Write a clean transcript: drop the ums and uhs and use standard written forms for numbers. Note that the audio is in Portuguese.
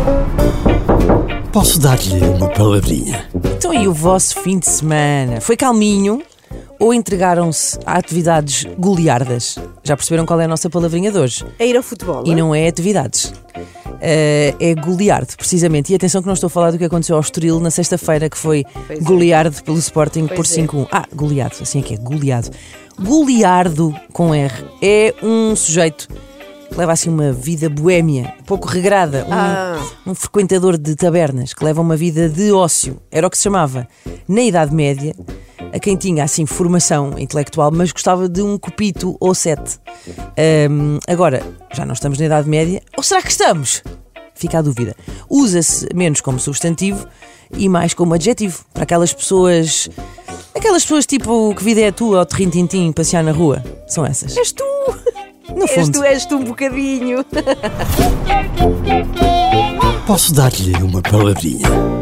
Posso dar-lhe uma palavrinha? Então, e o vosso fim de semana? Foi calminho ou entregaram-se a atividades goliardas? Já perceberam qual é a nossa palavrinha de hoje? É ir ao futebol. E não é atividades. É goleado, precisamente. E atenção que não estou a falar do que aconteceu ao Estoril na sexta-feira, que foi goleado pelo Sporting por 5-1. Goleado, assim é que é, goleado. Goleardo, com R, é um sujeito que leva assim uma vida boémia, pouco regrada, um frequentador de tabernas, que leva uma vida de ócio. Era o que se chamava, na Idade Média, a quem tinha assim formação intelectual, mas gostava de um copito ou sete. Agora, já não estamos na Idade Média, ou será que estamos? Fica a dúvida. Usa-se menos como substantivo e mais como adjetivo, para aquelas pessoas tipo, que vida é a tua, ao terrim-tintim, passear na rua. São essas. És tu! No fundo. És tu um bocadinho. Posso dar-lhe uma palavrinha?